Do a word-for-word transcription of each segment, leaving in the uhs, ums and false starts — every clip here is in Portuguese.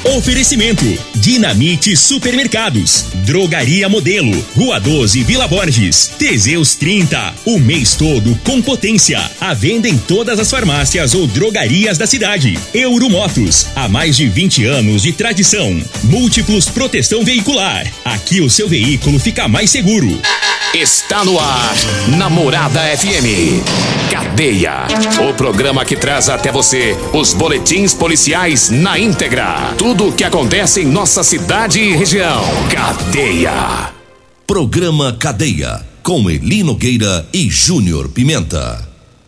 Oferecimento: Dinamite Supermercados, Drogaria Modelo, Rua doze, Vila Borges, Teseus trinta, o mês todo com potência. À venda em todas as farmácias ou drogarias da cidade. Euromotos, há mais de vinte anos de tradição. Múltiplos Proteção Veicular, aqui o seu veículo fica mais seguro. Está no ar, Namorada F M. Cadeia, o programa que traz até você os boletins policiais na íntegra. Tudo o que acontece em nossa cidade e região. Cadeia. Programa Cadeia, com Eli Nogueira e Júnior Pimenta.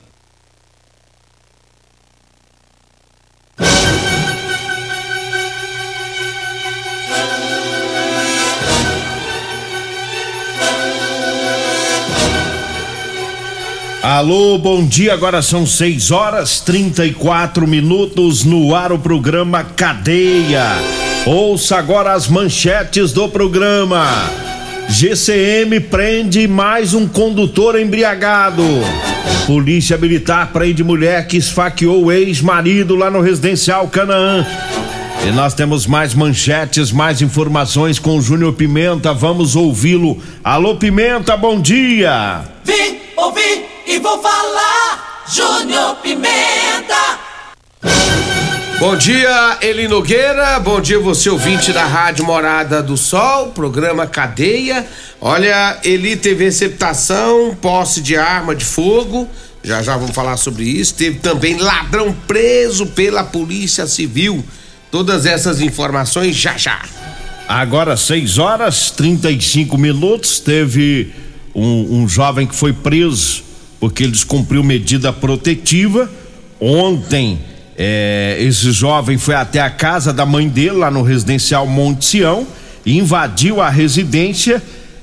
Alô, bom dia, agora são seis horas trinta e quatro minutos no ar o programa Cadeia. Ouça agora as manchetes do programa. G C M prende mais um condutor embriagado. Polícia Militar prende mulher que esfaqueou o ex-marido lá no residencial Canaã. E nós temos mais manchetes, mais informações com o Júnior Pimenta, vamos ouvi-lo. Alô, Pimenta, bom dia. Vim, ouvi e vou falar, Júnior Pimenta. Bom dia, Eli Nogueira, bom dia você ouvinte da Rádio Morada do Sol, programa Cadeia. Olha, Eli teve receptação, posse de arma de fogo, já já vamos falar sobre isso. Teve também ladrão preso pela Polícia Civil. Todas essas informações já já. Agora seis horas trinta e cinco minutos, teve um, um jovem que foi preso porque ele descumpriu medida protetiva. Ontem é, esse jovem foi até a casa da mãe dele lá no residencial Monte Sião, invadiu a residência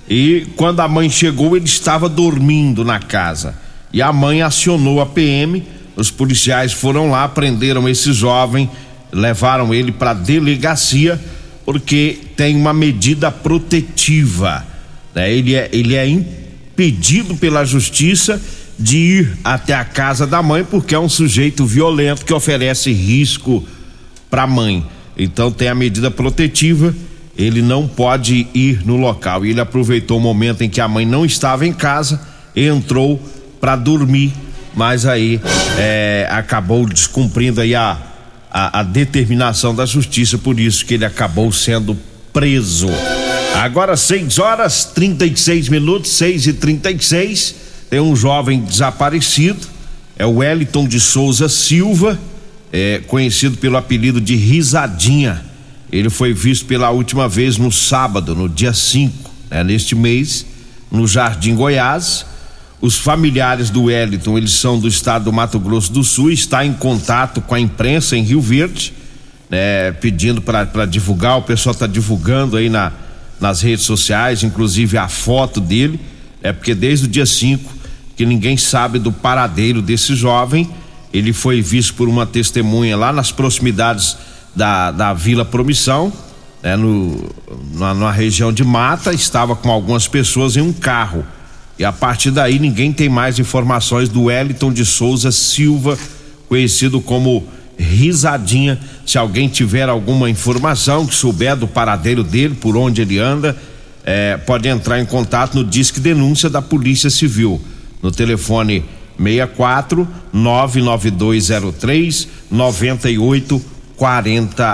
e quando a mãe chegou ele estava dormindo na casa e a mãe acionou a P M. Os policiais foram lá, prenderam esse jovem, levaram ele para a delegacia porque tem uma medida protetiva, né? Ele é, ele é impedido pela justiça de ir até a casa da mãe porque é um sujeito violento que oferece risco para a mãe. Então tem a medida protetiva, ele não pode ir no local. E ele aproveitou o momento em que a mãe não estava em casa, entrou para dormir, mas aí é, acabou descumprindo aí a A, a determinação da justiça, por isso que ele acabou sendo preso. Agora seis horas trinta e seis minutos, seis e trinta e seis, tem um jovem desaparecido, é o Wellington de Souza Silva, é, conhecido pelo apelido de Risadinha. Ele foi visto pela última vez no sábado, no dia cinco, né, neste mês, no Jardim Goiás. Os familiares do Wellington, eles são do estado do Mato Grosso do Sul, está em contato com a imprensa em Rio Verde, né, pedindo para divulgar. O pessoal está divulgando aí na, nas redes sociais, inclusive a foto dele, é porque desde o dia cinco que ninguém sabe do paradeiro desse jovem. Ele foi visto por uma testemunha lá nas proximidades da, da Vila Promissão, né, no, na, na região de Mata, estava com algumas pessoas em um carro. E a partir daí ninguém tem mais informações do Wellington de Souza Silva, conhecido como Risadinha. Se alguém tiver alguma informação, que souber do paradeiro dele, por onde ele anda, é, pode entrar em contato no Disque Denúncia da Polícia Civil, no telefone seis quatro nove nove dois zero três nove oito quatro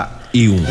um.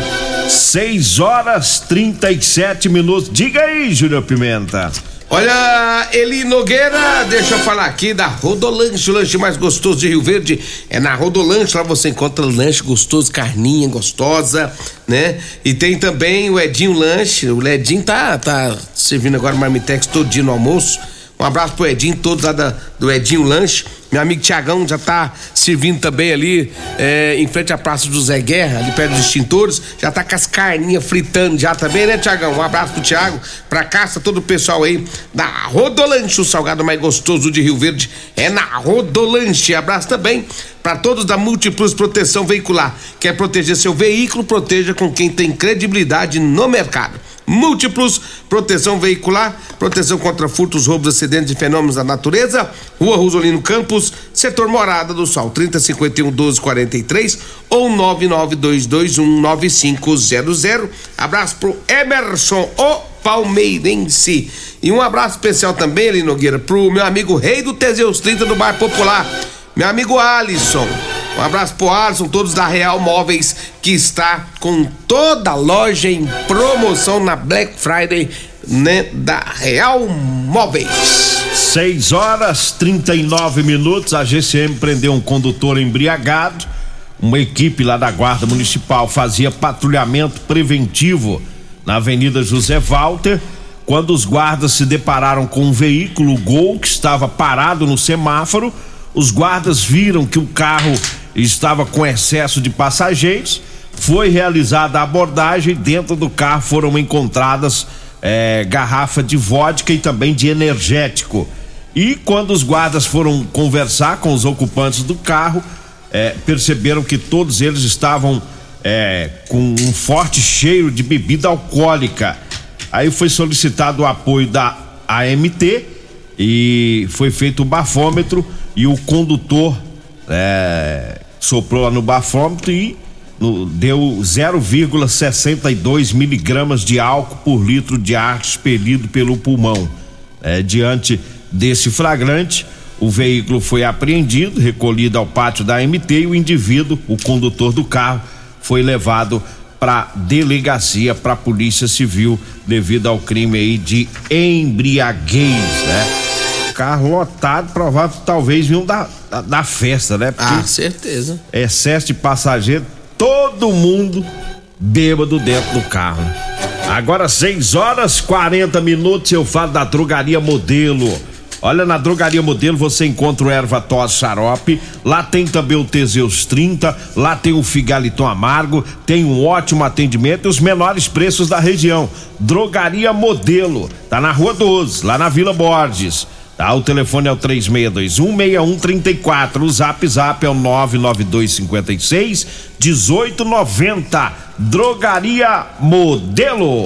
seis horas trinta e sete minutos. Diga aí, Júnior Pimenta. Olha, Eli Nogueira, deixa eu falar aqui da Rodolanche, o lanche mais gostoso de Rio Verde é na Rodolanche. Lá você encontra lanche gostoso, carninha gostosa, né? E tem também o Edinho Lanche. O Edinho tá, tá servindo agora marmitex todo dia no almoço. Um abraço pro Edinho, todos lá da, do Edinho Lanche. Meu amigo Tiagão já tá servindo também ali é, em frente à Praça do Zé Guerra, ali perto dos extintores. Já tá com as carninhas fritando já também, né, Tiagão? Um abraço pro Tiago, pra casa, todo o pessoal aí da Rodolanche, o salgado mais gostoso de Rio Verde é na Rodolanche. Abraço também pra todos da Múltiplos Proteção Veicular. Quer proteger seu veículo? Proteja com quem tem credibilidade no mercado. múltiplos, proteção veicular, proteção contra furtos, roubos, acidentes e fenômenos da natureza. Rua Rosolino Campos, setor Morada do Sol, trinta, cinquenta e um, doze, quarenta e três ou nove nove dois dois um nove cinco zero zero. Abraço pro Emerson, o palmeirense. E um abraço especial também, Eli Nogueira, pro meu amigo Rei do Teseus trinta do Bairro Popular, meu amigo Alisson. Um abraço pro Alisson, todos da Real Móveis, que está com toda a loja em promoção na Black Friday, né, da Real Móveis. seis horas trinta e nove minutos, a G C M prendeu um condutor embriagado. Uma equipe lá da Guarda Municipal fazia patrulhamento preventivo na Avenida José Walter, quando os guardas se depararam com um veículo Gol que estava parado no semáforo. Os guardas viram que o carro estava com excesso de passageiros. Foi realizada a abordagem. Dentro do carro foram encontradas é, garrafa de vodka e também de energético. E quando os guardas foram conversar com os ocupantes do carro, é, perceberam que todos eles estavam é, com um forte cheiro de bebida alcoólica. Aí foi solicitado o apoio da A M T e foi feito o bafômetro, e o condutor é, soprou lá no bafômetro e no, deu zero vírgula sessenta e dois miligramas de álcool por litro de ar expelido pelo pulmão. É, diante desse flagrante, o veículo foi apreendido, recolhido ao pátio da A M T, e o indivíduo, o condutor do carro, foi levado para delegacia, para a Polícia Civil, devido ao crime aí de embriaguez, né? Carro lotado, provável, talvez vinham da, da, da festa, né? Porque ah, certeza. Excesso de passageiro, todo mundo bêbado dentro do carro. Agora seis horas quarenta minutos, eu falo da Drogaria Modelo. Olha, na Drogaria Modelo você encontra o erva tos xarope, lá tem também o Teseus trinta, lá tem o Figaliton amargo, tem um ótimo atendimento e os menores preços da região. Drogaria Modelo, tá na Rua doze, lá na Vila Borges. Tá, o telefone é o três seis dois um, seis um três quatro, o zap zap é o nove nove dois cinco seis, um oito nove zero. Drogaria Modelo.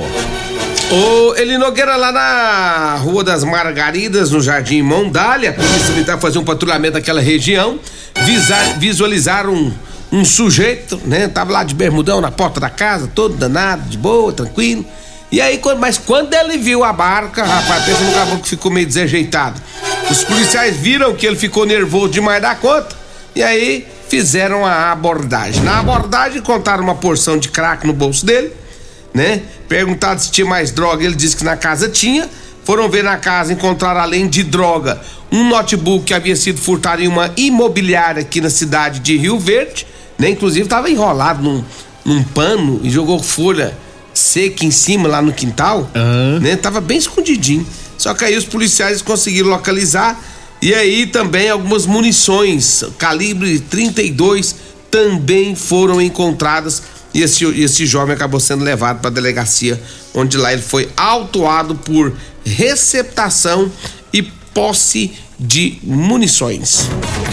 Ô, Eli Nogueira, lá na Rua das Margaridas, no Jardim Mondália, a Polícia Militar fazia um patrulhamento naquela região, visar, visualizaram um, um sujeito, né? Tava lá de bermudão na porta da casa, todo danado, de boa, tranquilo. E aí, mas quando ele viu a barca, rapaz, pensa no caboclo que ficou meio desajeitado. Os policiais viram que ele ficou nervoso demais da conta, e aí fizeram a abordagem. Na abordagem, encontraram uma porção de crack no bolso dele, né? Perguntado se tinha mais droga, ele disse que na casa tinha. Foram ver na casa, encontraram, além de droga, um notebook que havia sido furtado em uma imobiliária aqui na cidade de Rio Verde, né? Inclusive estava enrolado num, num pano e jogou folha seca em cima lá no quintal, uhum. né? Tava bem escondidinho. Só que aí os policiais conseguiram localizar, e aí também algumas munições calibre trinta e dois também foram encontradas. E esse, esse jovem acabou sendo levado para a delegacia, onde lá ele foi autuado por receptação e posse de munições.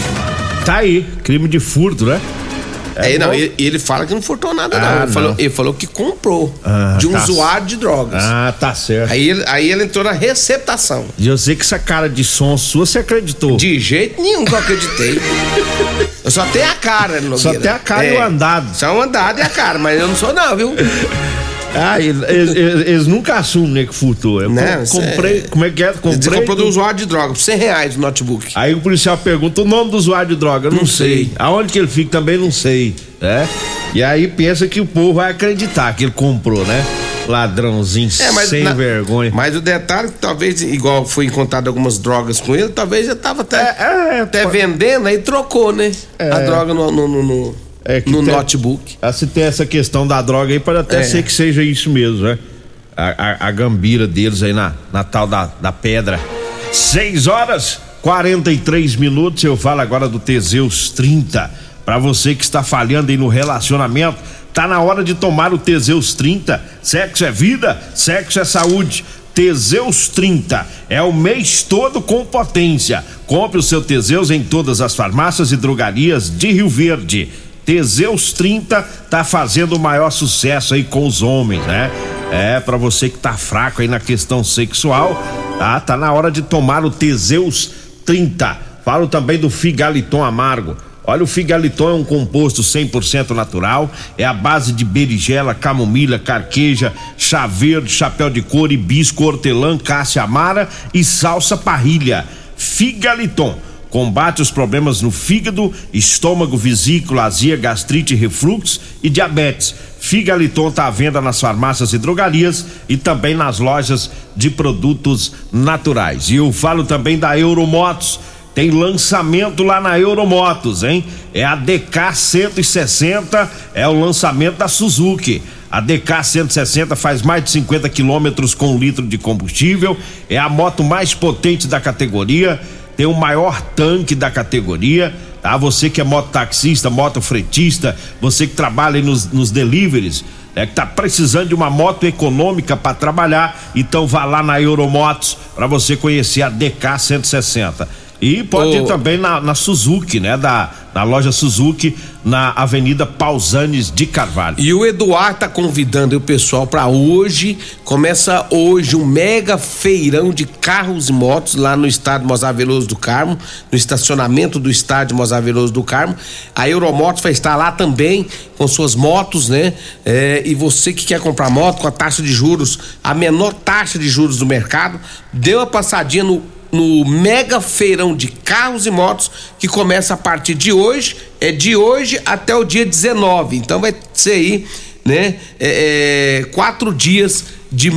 Tá aí, crime de furto, né? É, é não, ele, ele fala que não furtou nada, ah, não. Ele, não. Falou, ele falou que comprou ah, de um tá usuário de drogas. Ah, tá certo. Aí ele, aí ele entrou na receptação. E eu sei que essa cara de som sua, você acreditou? De jeito nenhum que eu acreditei. Eu só tenho a cara, Nogueira. Só tem a cara é, e o andado. Só o andado e a cara, mas eu não sou não, viu? Ah, eles, eles, eles nunca assumem, né, que furtou. Eu não, comprei, é... como é que é? Comprei. Você comprou do usuário de droga, por cem reais o notebook. Aí o policial pergunta o nome do usuário de droga, eu não, não sei. sei. Aonde que ele fica também não sei, né? E aí pensa que o povo vai acreditar que ele comprou, né? Ladrãozinho é, mas sem na, vergonha. Mas o detalhe que talvez, igual foi encontrado algumas drogas com ele, talvez já tava até, é, é, até pode... vendendo, aí trocou, né? É. A droga no... no, no, no... É que no tem, notebook. Se tem essa questão da droga aí, pode até é. ser que seja isso mesmo, né? A, a, a gambira deles aí na, na tal da, da pedra. seis horas quarenta e três minutos. Eu falo agora do Teseus trinta. Pra você que está falhando aí no relacionamento, tá na hora de tomar o Teseus trinta. Sexo é vida, sexo é saúde. Teseus trinta é o mês todo com potência. Compre o seu Teseus em todas as farmácias e drogarias de Rio Verde. Teseus trinta tá fazendo o maior sucesso aí com os homens, né? É, pra você que tá fraco aí na questão sexual, tá? Tá na hora de tomar o Teseus trinta. Falo também do Figaliton Amargo. Olha, o Figaliton é um composto cem por cento natural, é a base de berigela, camomila, carqueja, chá verde, chapéu de couro, hibisco, hortelã, cássia amara e salsa parrilha. Figaliton combate os problemas no fígado, estômago, vesícula, azia, gastrite, refluxo e diabetes. Figaliton está à venda nas farmácias e drogarias e também nas lojas de produtos naturais. E eu falo também da Euromotos. Tem lançamento lá na Euromotos, hein? É a D K cento e sessenta, é o lançamento da Suzuki. A D K cento e sessenta faz mais de cinquenta quilômetros com um litro de combustível, é a moto mais potente da categoria, tem o maior tanque da categoria, tá? Você que é mototaxista, motofretista, você que trabalha aí nos, nos deliveries, é que tá precisando de uma moto econômica para trabalhar, então vá lá na Euromotos para você conhecer a D K cento e sessenta. E pode oh. ir também na, na Suzuki, né? Da, na loja Suzuki, na Avenida Pausanes de Carvalho. E o Eduardo tá convidando o pessoal para hoje, começa hoje um mega feirão de carros e motos lá no estádio Mozar Veloso do Carmo, no estacionamento do estádio Mozar Veloso do Carmo. A Euromotos vai estar lá também com suas motos, né? É, e você que quer comprar moto com a taxa de juros, a menor taxa de juros do mercado, dê uma passadinha no no mega feirão de carros e motos que começa a partir de hoje, é de hoje até o dia dezenove, então vai ser aí, né, é, é, quatro dias de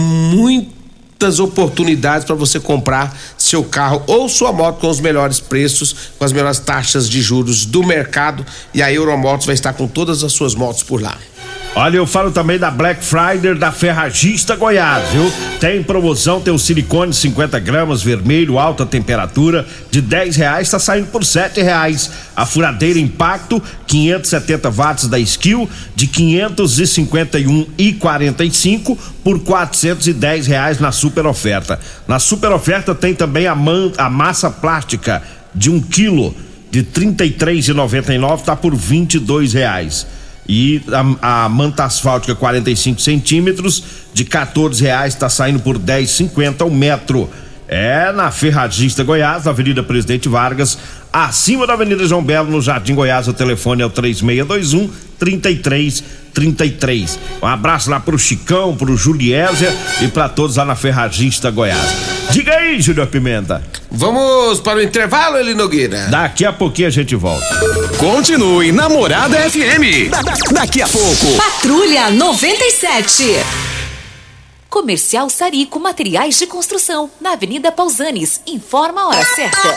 muitas oportunidades para você comprar seu carro ou sua moto com os melhores preços, com as melhores taxas de juros do mercado, e a Euromotos vai estar com todas as suas motos por lá. Olha, eu falo também da Black Friday da Ferragista Goiás, viu? Tem promoção, tem o silicone cinquenta gramas, vermelho, alta temperatura, de dez reais, tá saindo por sete reais. A furadeira Impacto, quinhentos e setenta watts da Skill, de quinhentos e cinquenta e um e quarenta e cinco por quatrocentos e dez reais na super oferta. Na super oferta tem também a, man, a massa plástica de um quilo, de trinta e três reais e noventa e nove centavos, tá por vinte e dois reais. E a, a manta asfáltica quarenta e cinco centímetros de quatorze reais, tá saindo por dez reais e cinquenta centavos o metro. É na Ferragista Goiás, na Avenida Presidente Vargas, acima da Avenida João Belo, no Jardim Goiás. O telefone é o três seis dois um, três três três três. Um abraço lá pro Chicão, pro Juliésia e pra todos lá na Ferragista Goiás. Diga aí, Júnior Pimenta. Vamos para o intervalo, Eli Nogueira? Daqui a pouquinho a gente volta. Continue na Morada F M. Da, da, daqui a pouco. Patrulha noventa e sete. Comercial Sarico Materiais de Construção, na Avenida Pausanes. Informa a hora certa.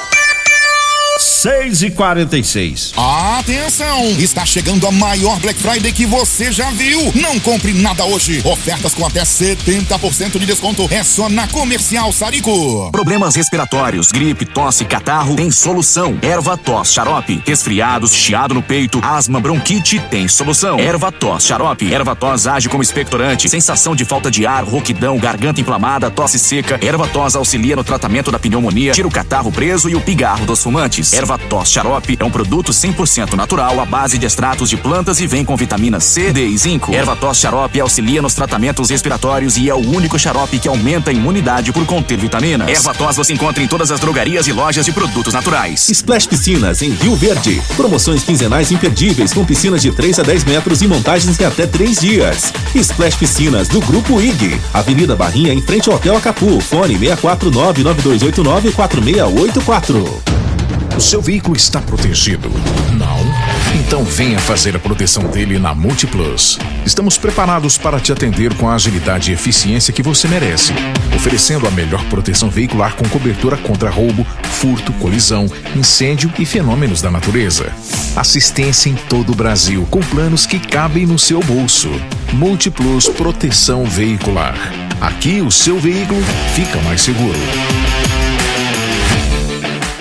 seis e quarenta e seis. Atenção! Está chegando a maior Black Friday que você já viu. Não compre nada hoje. Ofertas com até setenta por cento de desconto. É só na Comercial Sarico. Problemas respiratórios, gripe, tosse, catarro, tem solução. Erva-tos Xarope. Resfriados, chiado no peito, asma, bronquite, tem solução. Erva-tos Xarope. Erva-tos age como expectorante. Sensação de falta de ar, rouquidão, garganta inflamada, tosse seca. Erva-tos auxilia no tratamento da pneumonia, tira o catarro preso e o pigarro dos fumantes. Erva-tos Xarope é um produto cem por cento natural à base de extratos de plantas e vem com vitamina C, D e zinco. Erva-tos Xarope auxilia nos tratamentos respiratórios e é o único xarope que aumenta a imunidade por conter vitaminas. Erva-tos você encontra em todas as drogarias e lojas de produtos naturais. Splash Piscinas em Rio Verde. Promoções quinzenais imperdíveis com piscinas de três a dez metros e montagens em até três dias. Splash Piscinas do Grupo I G. Avenida Barrinha em frente ao Hotel Acapu. Fone seis quatro nove, nove dois oito nove, quatro seis oito quatro. O seu veículo está protegido? Não? Então venha fazer a proteção dele na Multiplus. Estamos preparados para te atender com a agilidade e eficiência que você merece, oferecendo a melhor proteção veicular com cobertura contra roubo, furto, colisão, incêndio e fenômenos da natureza. Assistência em todo o Brasil, com planos que cabem no seu bolso. Multiplus Proteção Veicular. Aqui o seu veículo fica mais seguro.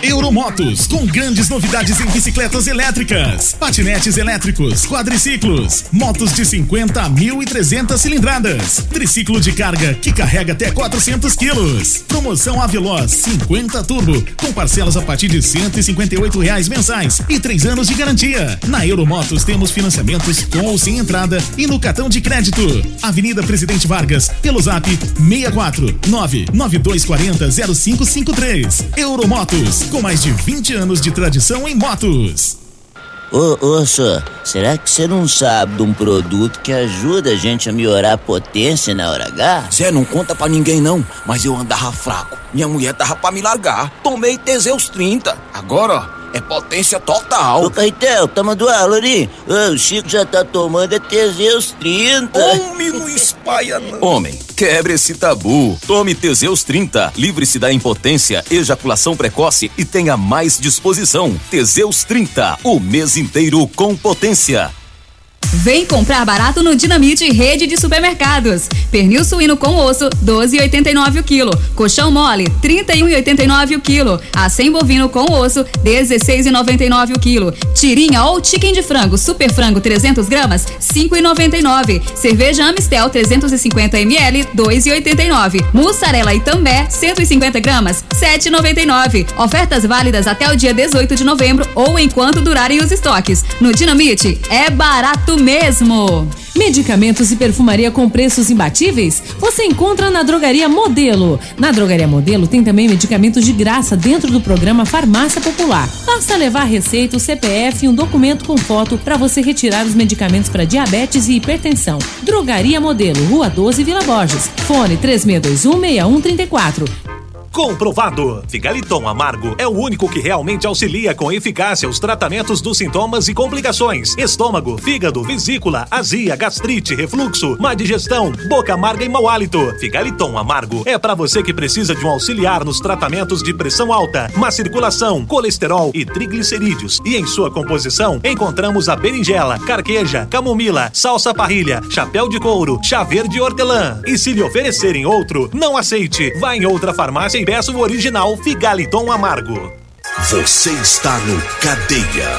Euromotos, com grandes novidades em bicicletas elétricas, patinetes elétricos, quadriciclos, motos de cinquenta a mil e trezentas cilindradas, triciclo de carga que carrega até quatrocentos quilos. Promoção Aveloz cinquenta Turbo, com parcelas a partir de cento e cinquenta e oito reais mensais e três anos de garantia. Na Euromotos temos financiamentos com ou sem entrada e no cartão de crédito. Avenida Presidente Vargas, pelo zap seis quatro nove nove dois quatro zero zero cinco cinco três. Euromotos, com mais de vinte anos de tradição em motos. Ô, ô, senhor, será que você não sabe de um produto que ajuda a gente a melhorar a potência na hora H? Zé, não conta pra ninguém não, mas eu andava fraco. Minha mulher tava pra me largar. Tomei Teseus trinta. Agora, é potência total. Ô, Caetel, tá mandando aula ali? Ô, o Chico já tá tomando é Teseus trinta. Homem, não espalha não. Homem, quebre esse tabu. Tome Teseus trinta. Livre-se da impotência, ejaculação precoce e tenha mais disposição. Teseus trinta. O mês inteiro com potência. Vem comprar barato no Dinamite Rede de Supermercados. Pernil suíno com osso, doze e oitenta e nove o quilo. Colchão mole, trinta e um e oitenta e nove o quilo. Acém bovino com osso, dezesseis e noventa e nove o quilo. Tirinha ou chicken de frango, super frango trezentos gramas, cinco e noventa e nove. Cerveja Amistel trezentos e cinquenta mililitros, dois e oitenta e nove. Mussarela Itambé, cento e cinquenta gramas, sete e noventa e nove. Ofertas válidas até o dia dezoito de novembro ou enquanto durarem os estoques. No Dinamite é barato mesmo. Medicamentos e perfumaria com preços imbatíveis? Você encontra na Drogaria Modelo. Na Drogaria Modelo tem também medicamentos de graça dentro do programa Farmácia Popular. Basta levar receita, o C P F e um documento com foto para você retirar os medicamentos para diabetes e hipertensão. Drogaria Modelo, Rua doze, Vila Borges. Fone três seis dois um, seis um três quatro. Comprovado. Figaliton Amargo é o único que realmente auxilia com eficácia os tratamentos dos sintomas e complicações: estômago, fígado, vesícula, azia, gastrite, refluxo, má digestão, boca amarga e mau hálito. Figaliton Amargo é para você que precisa de um auxiliar nos tratamentos de pressão alta, má circulação, colesterol e triglicerídeos. E em sua composição encontramos a berinjela, carqueja, camomila, salsa parrilha, chapéu de couro, chá verde e hortelã. E se lhe oferecerem outro, não aceite. Vá em outra farmácia e peça o original Figaliton Amargo. Você está no Cadeia.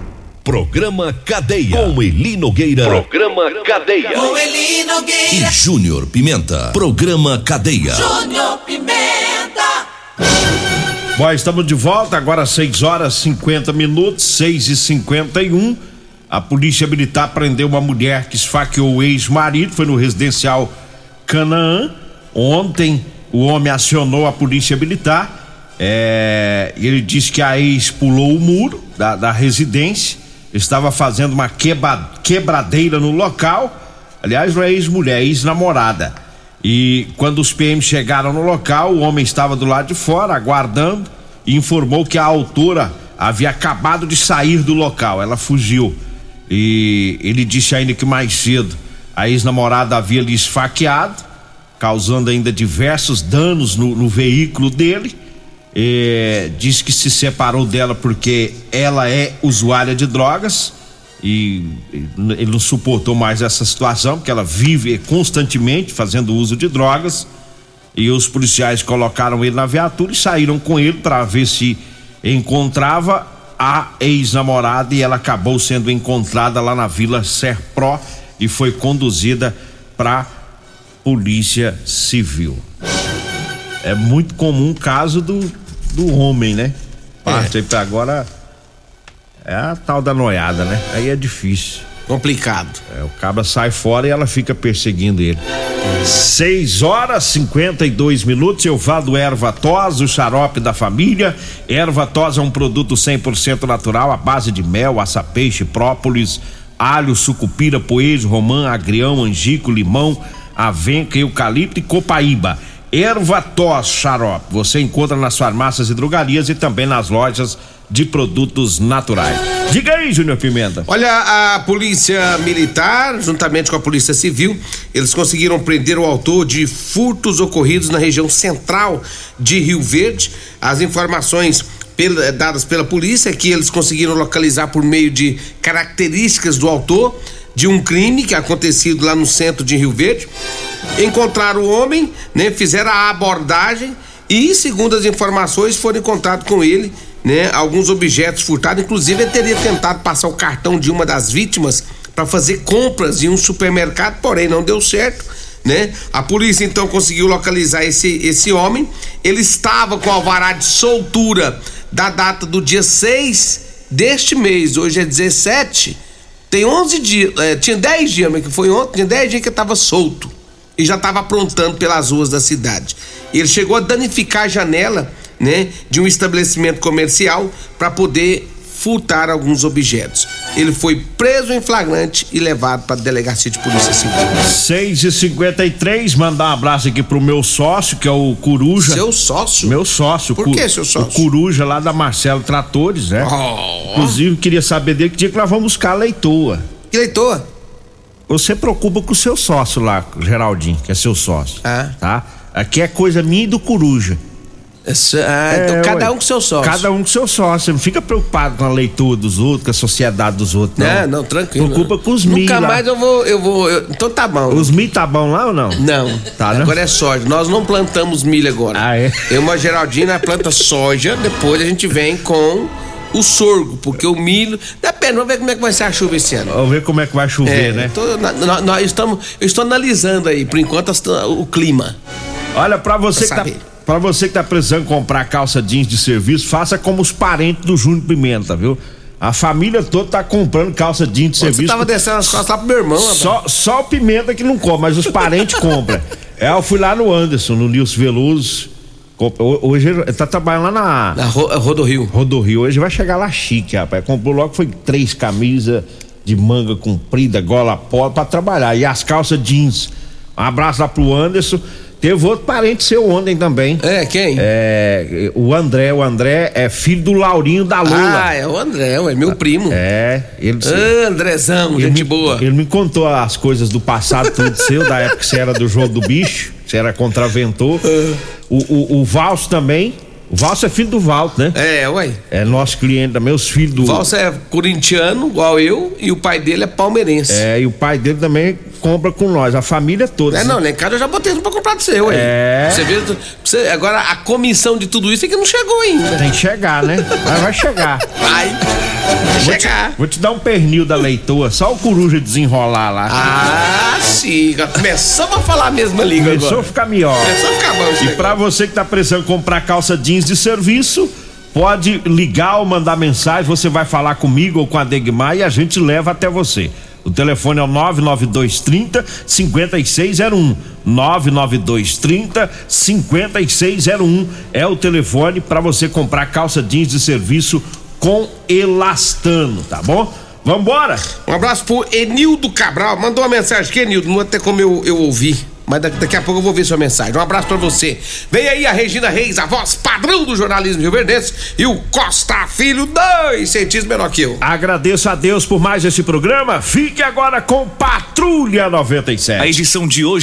Programa Cadeia. Com Eli Nogueira. Programa Cadeia. Com Eli Nogueira. E Júnior Pimenta. Programa Cadeia. Júnior Pimenta. Bom, estamos de volta, agora seis horas e cinquenta minutos, seis e cinquenta e um. A polícia militar prendeu uma mulher que esfaqueou o ex-marido, foi no residencial Canaã. Ontem, o homem acionou a polícia militar, é, ele disse que a ex pulou o muro da, da residência, estava fazendo uma quebra, quebradeira no local. Aliás, não é ex-mulher, é ex-namorada. E quando os P M chegaram no local, o homem estava do lado de fora, aguardando, e informou que a autora havia acabado de sair do local, ela fugiu. E ele disse ainda que mais cedo a ex-namorada havia lhe esfaqueado, causando ainda diversos danos no, no veículo dele. É, diz que se separou dela porque ela é usuária de drogas e ele não suportou mais essa situação, porque ela vive constantemente fazendo uso de drogas. E os policiais colocaram ele na viatura e saíram com ele para ver se encontrava a ex-namorada, e ela acabou sendo encontrada lá na Vila Serpro e foi conduzida para Polícia Civil. É muito comum o caso do, do homem, né? Parte é. aí pra agora é a tal da noiada, né? Aí é difícil. Complicado. É, o cabra sai fora e ela fica perseguindo ele. seis horas e cinquenta e dois minutos. Eu falo do Erva Tos, o xarope da família. Erva Tos é um produto cem por cento natural, à base de mel, açapeixe, própolis, alho, sucupira, poejo, romã, agrião, angico, limão, avenca, eucalipto e copaíba. Erva Tos xarope você encontra nas farmácias e drogarias e também nas lojas de produtos naturais. Diga aí, Júnior Pimenta. Olha, a polícia militar, juntamente com a polícia civil, eles conseguiram prender o autor de furtos ocorridos na região central de Rio Verde. As informações pela, dadas pela polícia é que eles conseguiram localizar por meio de características do autor de um crime que acontecido lá no centro de Rio Verde. Encontraram o homem, né, fizeram a abordagem e, segundo as informações, foram em contato com ele né, alguns objetos furtados. Inclusive, ele teria tentado passar o cartão de uma das vítimas para fazer compras em um supermercado, porém não deu certo, né? A polícia então conseguiu localizar esse, esse homem. Ele estava com alvará de soltura da data do dia seis deste mês, hoje é dezessete, tem onze dias, é, tinha dez dias, mas que foi ontem, tinha dez dias que ele estava solto e já estava aprontando pelas ruas da cidade. Ele chegou a danificar a janela, né, de um estabelecimento comercial para poder furtar alguns objetos. Ele foi preso em flagrante e levado para a delegacia de polícia civil. seis e cinquenta e três, mandar um abraço aqui pro meu sócio, que é o Coruja. Seu sócio? Meu sócio. Por que seu sócio? O Coruja lá da Marcelo Tratores, né? Oh. Inclusive, queria saber dele que dia que nós vamos buscar a leitoa. Que leitoa? Você preocupa com o seu sócio lá, Geraldinho, que é seu sócio. Ah. Tá? Aqui é coisa minha e do Coruja. Essa, ah, é, então cada ué, um com seu sócio. Cada um com seu sócio. Você não fica preocupado com a leitura dos outros, com a sociedade dos outros, não. É, não, tranquilo. Preocupa com os mi. Nunca mais eu vou, eu vou. Eu, então tá bom. Os mi tá bom lá ou não? Não. Tá, agora né? é soja. Nós não plantamos milho agora. Ah, é? Eu e uma Geraldina planta soja, depois a gente vem com o sorgo, porque o milho. Depende, vamos ver como é que vai ser a chuva esse ano. Vamos ver como é que vai chover, é, né? Tô, nós, nós estamos. Eu estou analisando aí, por enquanto, o clima. Olha, pra você pra que tá. Pra você que tá precisando comprar calça jeans de serviço, faça como os parentes do Júnior Pimenta, viu? A família toda tá comprando calça jeans de Você serviço. Você tava descendo as calças lá pro meu irmão, só, só o Pimenta que não compra, mas os parentes compram. É, eu fui lá no Anderson, no Nilson Veloso. Hoje ele tá trabalhando lá na... Na Rodorio. Rodorio. Hoje vai chegar lá chique, rapaz. Comprou logo, foi três camisas de manga comprida, gola pó, pra trabalhar. E as calças jeans. Um abraço lá pro Anderson. Teve outro parente seu ontem também. É, quem? É, o André. O André é filho do Laurinho da Lula. Ah, é o André, é meu primo. É. Ele, ah, Andrezão, ele gente me, boa. Ele me contou as coisas do passado tudo seu, da época que você era do jogo do bicho, você era contraventor. Ah. O, o, o Valso também. O Valso é filho do Valto, né? É, ué. É nosso cliente também, os filhos do... O Valso é corintiano, igual eu, e o pai dele é palmeirense. É, e o pai dele também compra com nós, a família toda. É, não, lá em casa eu já botei pra comprar do seu, ué. É. Você vê, você, agora a comissão de tudo isso é que não chegou ainda. Tem que chegar, né? Mas vai chegar. Vai. Vai vou chegar. Te, vou te dar um pernil da leitoa, só o Coruja desenrolar lá. Ah, sim. Começamos a falar a mesma língua Começou agora. a ficar melhor. Começou a ficar bom. E pra você que tá precisando comprar calça jeans de serviço, pode ligar ou mandar mensagem, você vai falar comigo ou com a Degmar e a gente leva até você. O telefone é o nove nove dois três zero cinco seis zero um. nove nove dois três zero cinco seis zero um é o telefone para você comprar calça jeans de serviço com elastano, tá bom? Vambora! Um abraço pro Enildo Cabral, mandou uma mensagem aqui, Enildo, não até como eu, eu ouvi, mas daqui, daqui a pouco eu vou ver sua mensagem. Um abraço pra você. Vem aí a Regina Reis, a voz padrão do jornalismo rioverdense, e o Costa Filho, dois centímetros menor que eu. Agradeço a Deus por mais esse programa. Fique agora com Patrulha noventa e sete. A edição de hoje